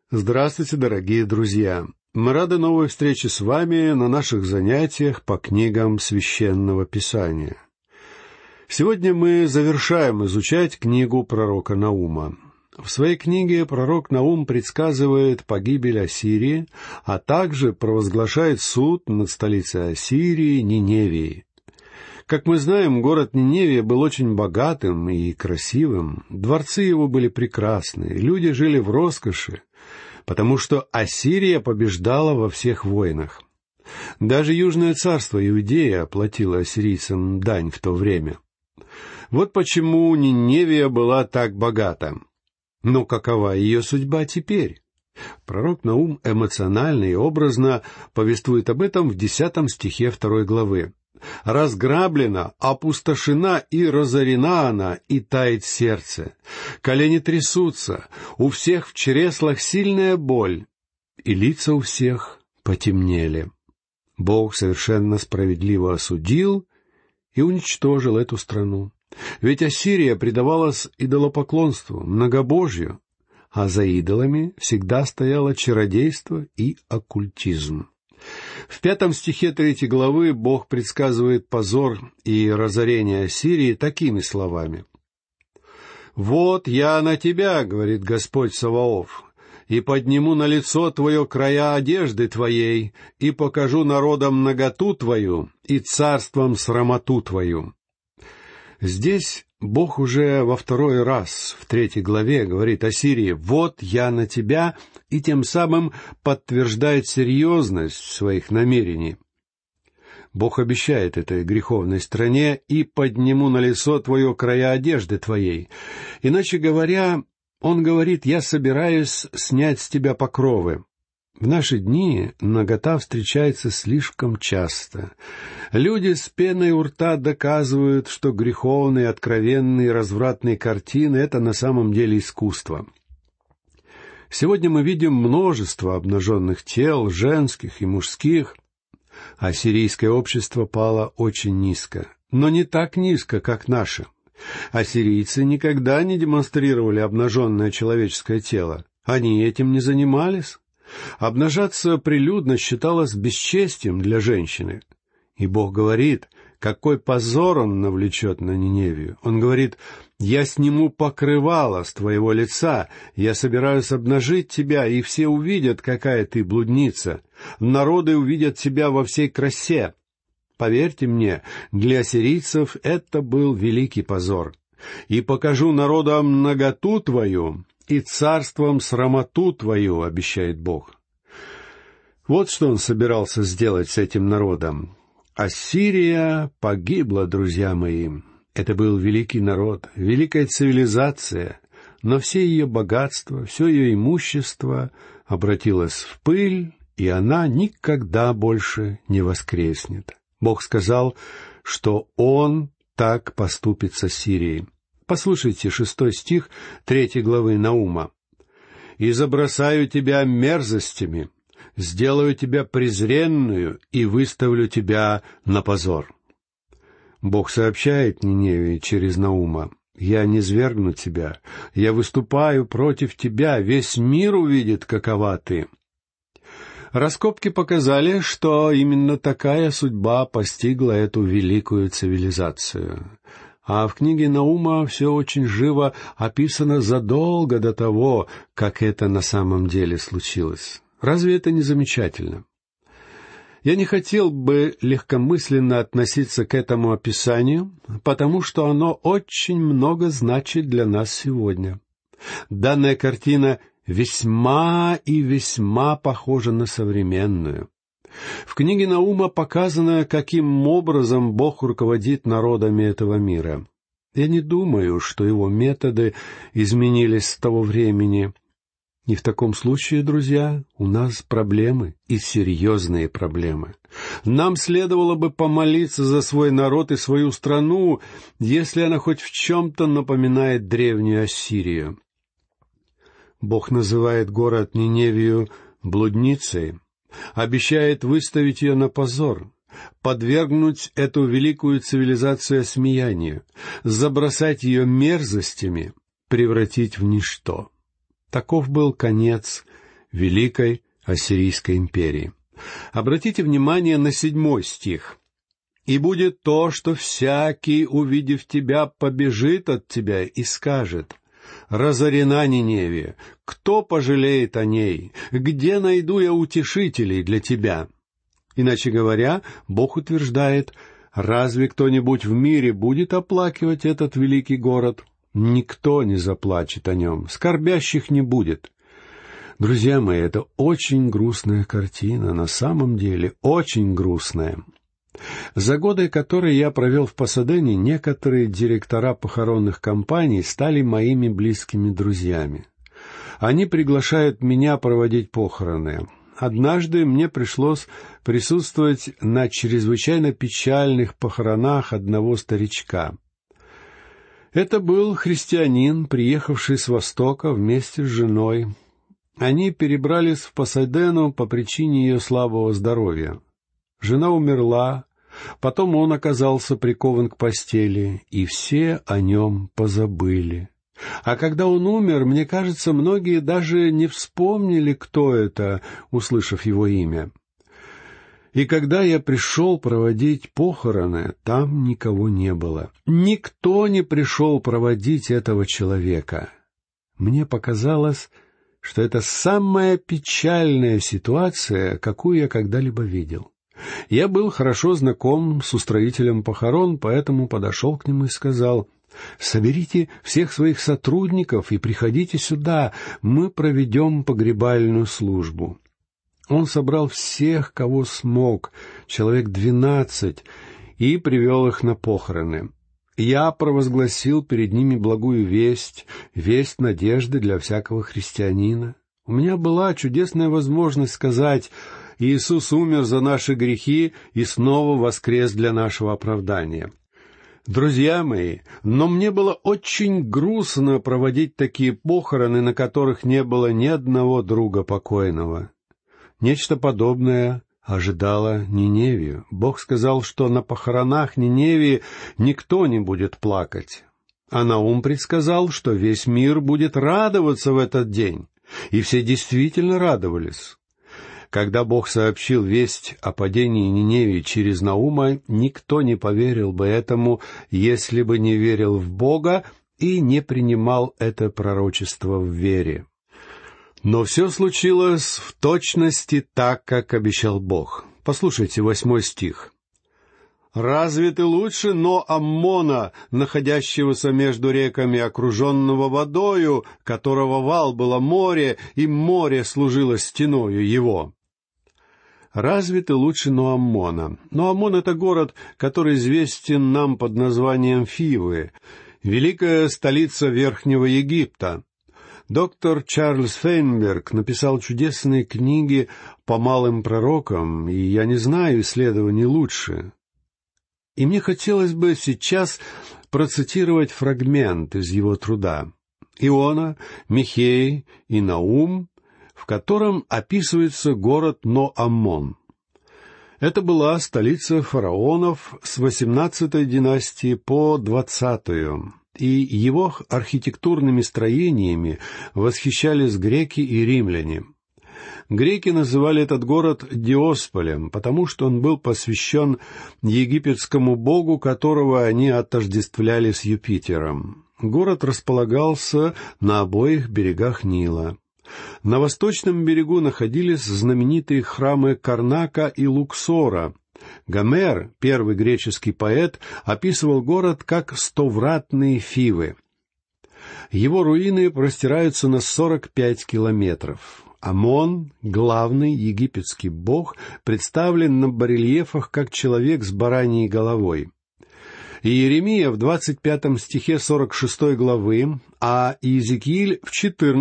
Здравствуйте, дорогие друзья! Мы рады новой встрече с вами на наших занятиях по книгам Священного Писания. Сегодня мы завершаем изучать книгу пророка Наума. В своей книге пророк Наум предсказывает погибель Ассирии, а также провозглашает суд над столицей Ассирии Ниневией. Как мы знаем, город Ниневия был очень богатым и красивым, дворцы его были прекрасны, люди жили в роскоши, потому что Ассирия побеждала во всех войнах. Даже Южное царство Иудея оплатило ассирийцам дань в то время. Вот почему Ниневия была так богата. Но какова ее судьба теперь? Пророк Наум эмоционально и образно повествует об этом в 10 стихе 2 главы. «Разграблена, опустошена и разорена она, и тает сердце. Колени трясутся, у всех в чреслах сильная боль, и лица у всех потемнели». Бог совершенно справедливо осудил и уничтожил эту страну. Ведь Ассирия предавалась идолопоклонству, многобожью, а за идолами всегда стояло чародейство и оккультизм. В 5 стихе 3 главы Бог предсказывает позор и разорение Ассирии такими словами. «Вот я на тебя, — говорит Господь Саваоф, — и подниму на лицо твое края одежды твоей, и покажу народам наготу твою и царствам срамоту твою». Здесь Бог уже во 2 раз, в 3 главе, говорит Ассирии: «Вот я на тебя», и тем самым подтверждает серьезность своих намерений. Бог обещает этой греховной стране: «И подниму на лицо твое края одежды твоей». Иначе говоря, Он говорит: «Я собираюсь снять с тебя покровы». В наши дни нагота встречается слишком часто. Люди с пеной у рта доказывают, что греховные, откровенные, развратные картины — это на самом деле искусство. Сегодня мы видим множество обнаженных тел, женских и мужских. Ассирийское общество пало очень низко, но не так низко, как наше. Ассирийцы никогда не демонстрировали обнаженное человеческое тело. Они этим не занимались. Обнажаться прилюдно считалось бесчестием для женщины. И Бог говорит, какой позор Он навлечет на Ниневию. Он говорит: «Я сниму покрывало с твоего лица, я собираюсь обнажить тебя, и все увидят, какая ты блудница. Народы увидят тебя во всей красе». Поверьте мне, для ассирийцев это был великий позор. «И покажу народам наготу твою, и царством срамоту твою», — обещает Бог. Вот что Он собирался сделать с этим народом. Ассирия погибла, друзья мои. Это был великий народ, великая цивилизация, но все ее богатство, все ее имущество обратилось в пыль, и она никогда больше не воскреснет. Бог сказал, что Он так поступит с Ассирией. Послушайте 6 стих 3 главы Наума. «И забросаю тебя мерзостями, сделаю тебя презренную и выставлю тебя на позор». Бог сообщает Ниневии через Наума: «Я низвергну тебя, я выступаю против тебя, весь мир увидит, какова ты». Раскопки показали, что именно такая судьба постигла эту великую цивилизацию. А в книге Наума все очень живо описано задолго до того, как это на самом деле случилось. Разве это не замечательно? Я не хотел бы легкомысленно относиться к этому описанию, потому что оно очень много значит для нас сегодня. Данная картина весьма и весьма похожа на современную. В книге Наума показано, каким образом Бог руководит народами этого мира. Я не думаю, что его методы изменились с того времени. И в таком случае, друзья, у нас проблемы, и серьезные проблемы. Нам следовало бы помолиться за свой народ и свою страну, если она хоть в чем-то напоминает древнюю Ассирию. Бог называет город Ниневию блудницей, обещает выставить ее на позор, подвергнуть эту великую цивилизацию осмеянию, забросать ее мерзостями, превратить в ничто. Таков был конец Великой Ассирийской империи. Обратите внимание на 7 стих. «И будет то, что всякий, увидев тебя, побежит от тебя и скажет: разорена Ниневия, кто пожалеет о ней? Где найду я утешителей для тебя?» Иначе говоря, Бог утверждает: разве кто-нибудь в мире будет оплакивать этот великий город? Никто не заплачет о нем, скорбящих не будет. Друзья мои, это очень грустная картина, на самом деле очень грустная. За годы, которые я провел в Пасадене, некоторые директора похоронных компаний стали моими близкими друзьями. Они приглашают меня проводить похороны. Однажды мне пришлось присутствовать на чрезвычайно печальных похоронах одного старичка. Это был христианин, приехавший с Востока вместе с женой. Они перебрались в Пасадену по причине ее слабого здоровья. Жена умерла, потом он оказался прикован к постели, и все о нем позабыли. А когда он умер, мне кажется, многие даже не вспомнили, кто это, услышав его имя. И когда я пришел проводить похороны, там никого не было. Никто не пришел проводить этого человека. Мне показалось, что это самая печальная ситуация, какую я когда-либо видел. Я был хорошо знаком с устроителем похорон, поэтому подошел к нему и сказал: «Соберите всех своих сотрудников и приходите сюда, мы проведем погребальную службу». Он собрал всех, кого смог, человек 12, и привел их на похороны. Я провозгласил перед ними благую весть, весть надежды для всякого христианина. У меня была чудесная возможность сказать: «Иисус умер за наши грехи и снова воскрес для нашего оправдания». Друзья мои, но мне было очень грустно проводить такие похороны, на которых не было ни одного друга покойного. Нечто подобное ожидало Ниневию. Бог сказал, что на похоронах Ниневии никто не будет плакать. А Наум предсказал, что весь мир будет радоваться в этот день. И все действительно радовались. Когда Бог сообщил весть о падении Ниневии через Наума, никто не поверил бы этому, если бы не верил в Бога и не принимал это пророчество в вере. Но все случилось в точности так, как обещал Бог. Послушайте 8 стих. «Разве ты лучше Ноаммона, находящегося между реками, окруженного водою, которого вал было море, и море служило стеною его?» Разве ты лучше Ноаммона? Ноаммон — это город, который известен нам под названием Фивы, великая столица Верхнего Египта. Доктор Чарльз Фейнберг написал чудесные книги по малым пророкам, и я не знаю исследований лучше. И мне хотелось бы сейчас процитировать фрагмент из его труда. Иона, Михей и Наум, в котором описывается город Ноаммон. Это была столица фараонов с 18-й династии по 20-ю, и его архитектурными строениями восхищались греки и римляне. Греки называли этот город Диосполем, потому что он был посвящен египетскому богу, которого они отождествляли с Юпитером. Город располагался на обоих берегах Нила. На восточном берегу находились знаменитые храмы Карнака и Луксора. Гомер, первый греческий поэт, описывал город как 100-вратные Фивы. Его руины простираются на 45 километров. Амон, главный египетский бог, представлен на барельефах как человек с бараньей головой. Иеремия в 25 стихе 46 главы, а Иезекииль в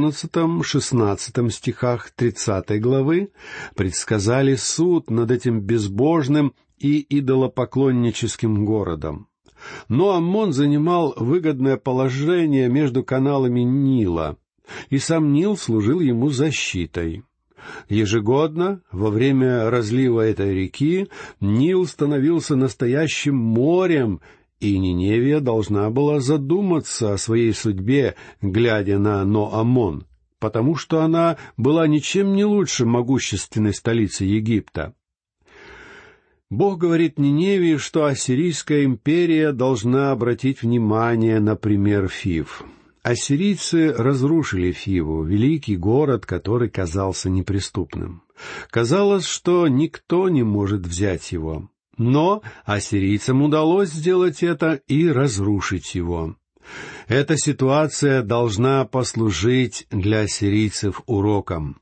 14-16 стихах 30 главы предсказали суд над этим безбожным и идолопоклонническим городом. Но Аммон занимал выгодное положение между каналами Нила, и сам Нил служил ему защитой. Ежегодно, во время разлива этой реки, Нил становился настоящим морем, и Ниневия должна была задуматься о своей судьбе, глядя на Ноаммон. потому что она была ничем не лучше могущественной столицы Египта. Бог говорит Ниневии, что Ассирийская империя должна обратить внимание на пример Фив. Ассирийцы разрушили Фиву, великий город, который казался неприступным. Казалось, что никто не может взять его. Но ассирийцам удалось сделать это и разрушить его. Эта ситуация должна послужить для ассирийцев уроком.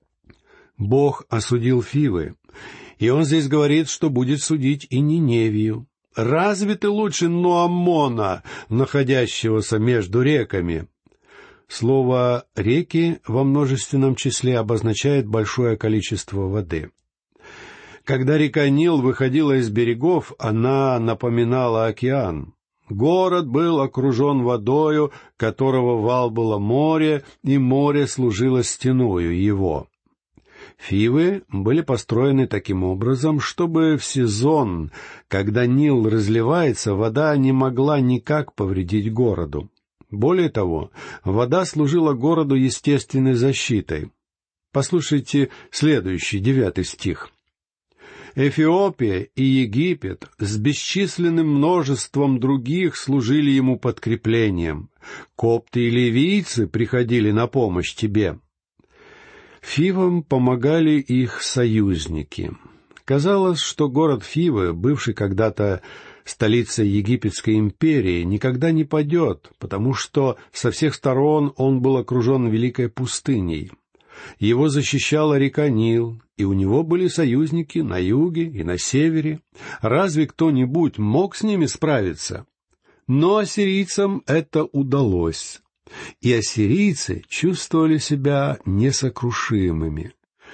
Бог осудил Фивы, и Он здесь говорит, что будет судить и Ниневию. Разве ты лучше Ноамона, находящегося между реками? Слово «реки» во множественном числе обозначает большое количество воды. Когда река Нил выходила из берегов, она напоминала океан. Город был окружен водою, которого вал было море, и море служило стеною его. Фивы были построены таким образом, чтобы в сезон, когда Нил разливается, вода не могла никак повредить городу. Более того, вода служила городу естественной защитой. Послушайте следующий, 9 стих. «Эфиопия и Египет с бесчисленным множеством других служили ему подкреплением. Копты и ливийцы приходили на помощь тебе». Фивам помогали их союзники. Казалось, что город Фивы, бывший когда-то столицей Египетской империи, никогда не падет, потому что со всех сторон он был окружен великой пустыней. Его защищала река Нил, и у него были союзники на юге и на севере. Разве кто-нибудь мог с ними справиться? Но ассирийцам это удалось. И ассирийцы чувствовали себя несокрушимыми.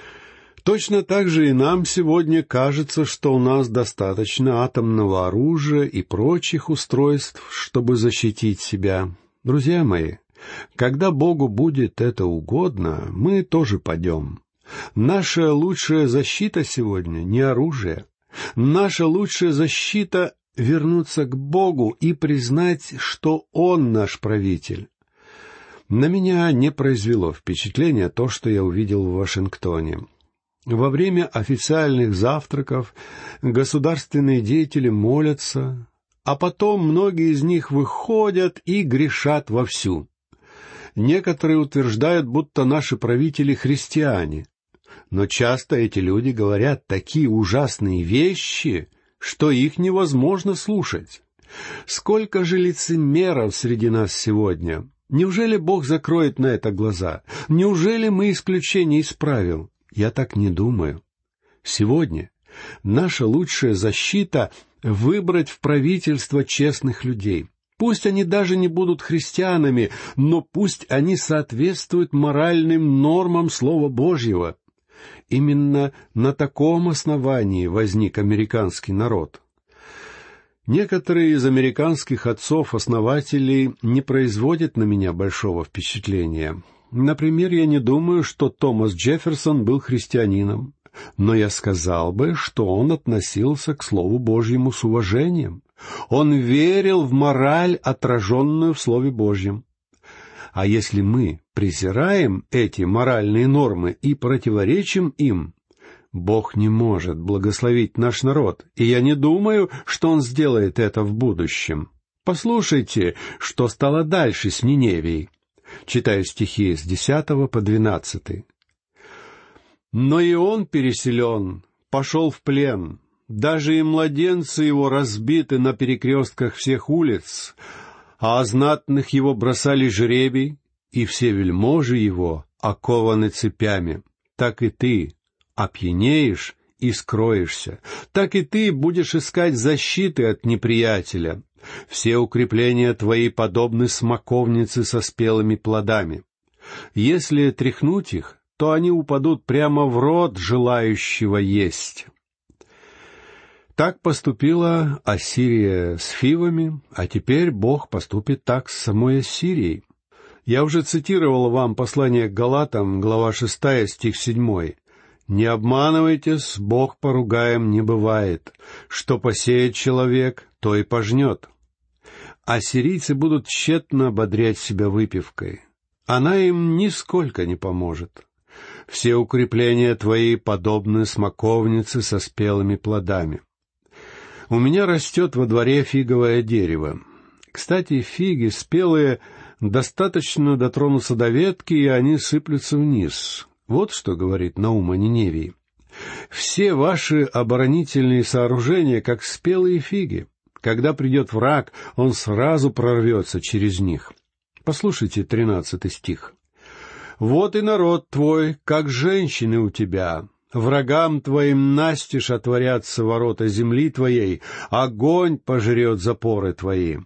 Точно так же и нам сегодня кажется, что у нас достаточно атомного оружия и прочих устройств, чтобы защитить себя. Друзья мои, когда Богу будет это угодно, мы тоже падем. Наша лучшая защита сегодня не оружие. Наша лучшая защита — вернуться к Богу и признать, что Он наш правитель. На меня не произвело впечатления то, что я увидел в Вашингтоне. Во время официальных завтраков государственные деятели молятся, а потом многие из них выходят и грешат вовсю. Некоторые утверждают, будто наши правители христиане, но часто эти люди говорят такие ужасные вещи, что их невозможно слушать. Сколько же лицемеров среди нас сегодня! Неужели Бог закроет на это глаза? Неужели мы исключение из правил? Я так не думаю. Сегодня наша лучшая защита — выбрать в правительство честных людей. Пусть они даже не будут христианами, но пусть они соответствуют моральным нормам Слова Божьего. Именно на таком основании возник американский народ. Некоторые из американских отцов-основателей не производят на меня большого впечатления. Например, я не думаю, что Томас Джефферсон был христианином, но я сказал бы, что он относился к Слову Божьему с уважением. Он верил в мораль, отраженную в Слове Божьем. А если мы презираем эти моральные нормы и противоречим им, Бог не может благословить наш народ, и я не думаю, что Он сделает это в будущем. Послушайте, что стало дальше с Ниневией. Читаю стихи с 10 по 12. «Но и он переселен, пошел в плен, даже и младенцы его разбиты на перекрестках всех улиц, а о знатных его бросали жребий, и все вельможи его окованы цепями. Так и ты опьянеешь и скроешься, так и ты будешь искать защиты от неприятеля. Все укрепления твои подобны смоковнице со спелыми плодами. Если тряхнуть их, то они упадут прямо в рот желающего есть». Так поступила Ассирия с Фивами, а теперь Бог поступит так с самой Ассирией. Я уже цитировал вам послание к Галатам, глава 6, стих 7. «Не обманывайтесь, Бог поругаем не бывает. Что посеет человек, то и пожнет». Ассирийцы будут тщетно ободрять себя выпивкой. она им нисколько не поможет. Все укрепления твои подобны смоковнице со спелыми плодами. У меня растет во дворе фиговое дерево. Кстати, фиги спелые достаточно дотронуться до ветки, и они сыплются вниз. Вот что говорит Наум о Ниневии. Все ваши оборонительные сооружения, как спелые фиги. Когда придет враг, он сразу прорвется через них. Послушайте 13 стих. «Вот и народ твой, как женщины у тебя. Врагам твоим настежь отворятся ворота земли твоей, огонь пожрет запоры твои».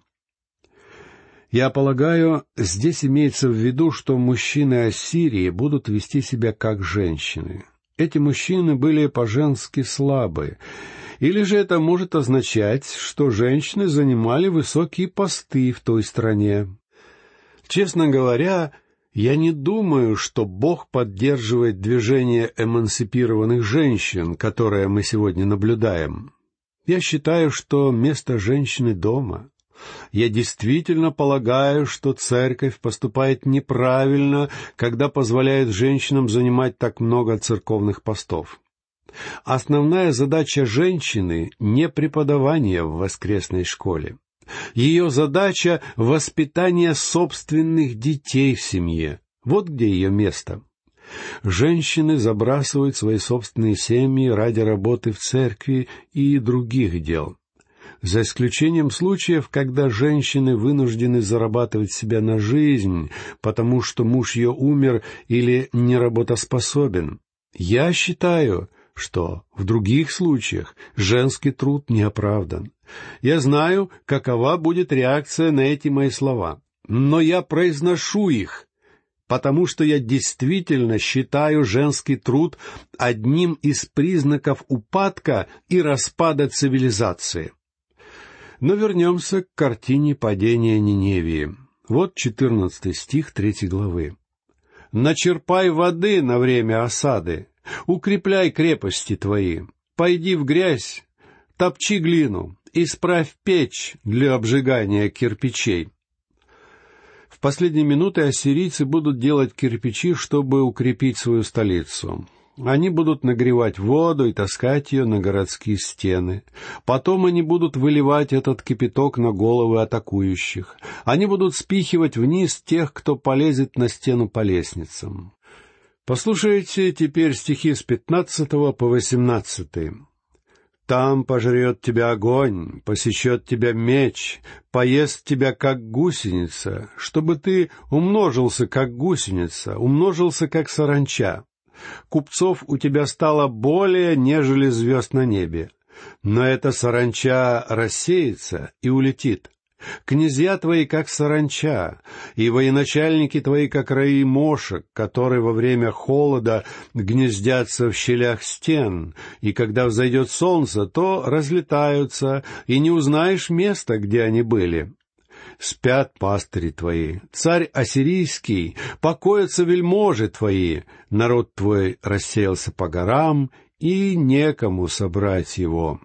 Я полагаю, здесь имеется в виду, что мужчины Ассирии будут вести себя как женщины. Эти мужчины были по-женски слабы. Или же это может означать, что женщины занимали высокие посты в той стране. Честно говоря, я не думаю, что Бог поддерживает движение эмансипированных женщин, которое мы сегодня наблюдаем. Я считаю, что место женщины дома. Я действительно полагаю, что церковь поступает неправильно, когда позволяет женщинам занимать так много церковных постов. Основная задача женщины — не преподавание в воскресной школе. Ее задача — воспитание собственных детей в семье. Вот где ее место. Женщины забрасывают свои собственные семьи ради работы в церкви и других дел. За исключением случаев, когда женщины вынуждены зарабатывать себе на жизнь, потому что муж ее умер или неработоспособен. Я считаю, что в других случаях женский труд не оправдан. Я знаю, какова будет реакция на эти мои слова, но я произношу их, потому что я действительно считаю женский труд одним из признаков упадка и распада цивилизации. Но вернемся к картине падения Ниневии. Вот 14 стих 3 главы. «Начерпай воды на время осады, укрепляй крепости твои, пойди в грязь, топчи глину, исправь печь для обжигания кирпичей». В последние минуты ассирийцы будут делать кирпичи, чтобы укрепить свою столицу. Они будут нагревать воду и таскать ее на городские стены. Потом они будут выливать этот кипяток на головы атакующих. Они будут спихивать вниз тех, кто полезет на стену по лестницам. Послушайте теперь стихи с 15 по 18. «Там пожрет тебя огонь, посечет тебя меч, поест тебя, как гусеница, чтобы ты умножился, как гусеница, умножился, как саранча. Купцов у тебя стало более, нежели звезд на небе. Но эта саранча рассеется и улетит. Князья твои, как саранча, и военачальники твои, как раи мошек, которые во время холода гнездятся в щелях стен, и когда взойдет солнце, то разлетаются, и не узнаешь места, где они были. Спят пастыри твои, царь ассирийский, покоятся вельможи твои, народ твой рассеялся по горам, и некому собрать его».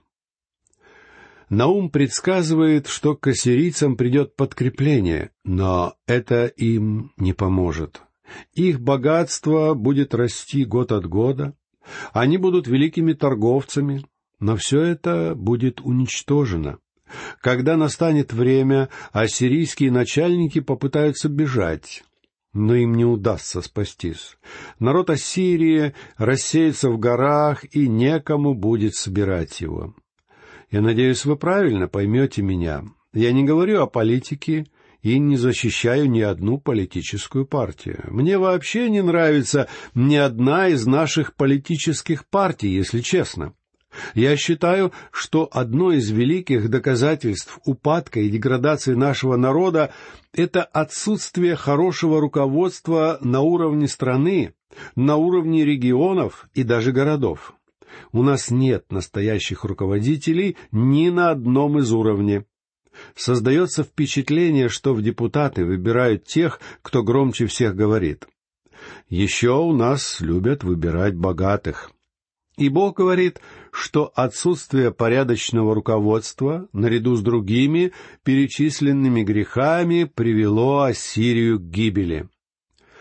Наум предсказывает, что к ассирийцам придет подкрепление, но это им не поможет. Их богатство будет расти год от года, они будут великими торговцами, но все это будет уничтожено. Когда настанет время, ассирийские начальники попытаются бежать, но им не удастся спастись. Народ Ассирии рассеется в горах, и некому будет собирать его. Я надеюсь, вы правильно поймете меня. Я не говорю о политике и не защищаю ни одну политическую партию. Мне вообще не нравится ни одна из наших политических партий, если честно. Я считаю, что одно из великих доказательств упадка и деградации нашего народа — это отсутствие хорошего руководства на уровне страны, на уровне регионов и даже городов. У нас нет настоящих руководителей ни на одном из уровней. Создается впечатление, что в депутаты выбирают тех, кто громче всех говорит. Еще у нас любят выбирать богатых. И Бог говорит, что отсутствие порядочного руководства, наряду с другими перечисленными грехами, привело Ассирию к гибели.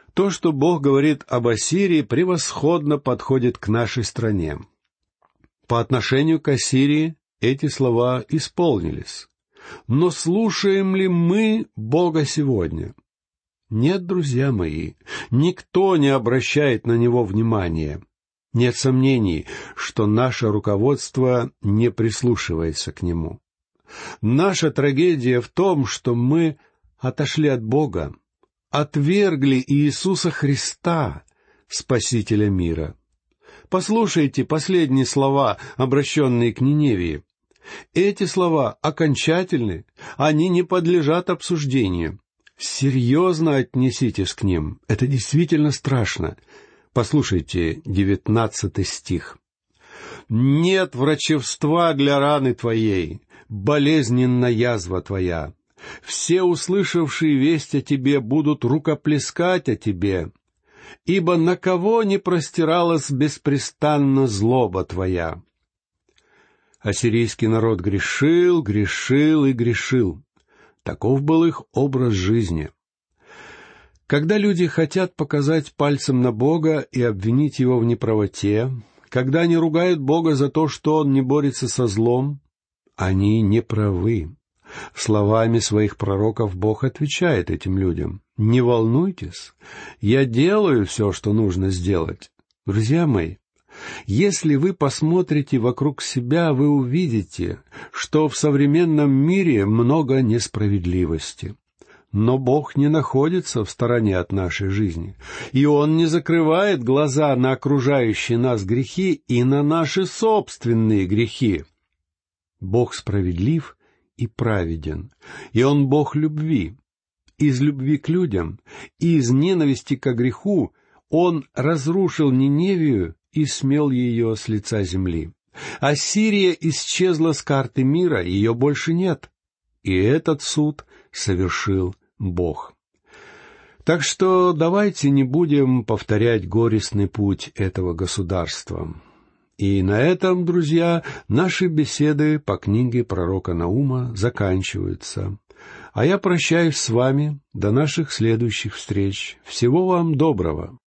То, что Бог говорит об Ассирии, превосходно подходит к нашей стране. По отношению к Ассирии эти слова исполнились. Но слушаем ли мы Бога сегодня? Нет, друзья мои, никто не обращает на Него внимания. Нет сомнений, что наше руководство не прислушивается к Нему. Наша трагедия в том, что мы отошли от Бога, отвергли Иисуса Христа, Спасителя мира. Послушайте последние слова, обращенные к Ниневии. Эти слова окончательны, они не подлежат обсуждению. Серьезно отнеситесь к ним, это действительно страшно. Послушайте 19 стих. «Нет врачевства для раны твоей, болезненна язва твоя. Все, услышавшие весть о тебе, будут рукоплескать о тебе, ибо на кого не простиралась беспрестанно злоба твоя». Ассирийский народ грешил, грешил и грешил. Таков был их образ жизни. Когда люди хотят показать пальцем на Бога и обвинить Его в неправоте, когда они ругают Бога за то, что Он не борется со злом, они не правы. Словами своих пророков Бог отвечает этим людям: «Не волнуйтесь, я делаю все, что нужно сделать». Друзья мои, если вы посмотрите вокруг себя, вы увидите, что в современном мире много несправедливости. Но Бог не находится в стороне от нашей жизни, и Он не закрывает глаза на окружающие нас грехи и на наши собственные грехи. Бог справедлив и праведен, и Он Бог любви. Из любви к людям и из ненависти к греху Он разрушил Ниневию и смел ее с лица земли. Ассирия исчезла с карты мира, ее больше нет. И этот суд совершил Бог. Так что давайте не будем повторять горестный путь этого государства. И на этом, друзья, наши беседы по книге пророка Наума заканчиваются. А я прощаюсь с вами до наших следующих встреч. Всего вам доброго.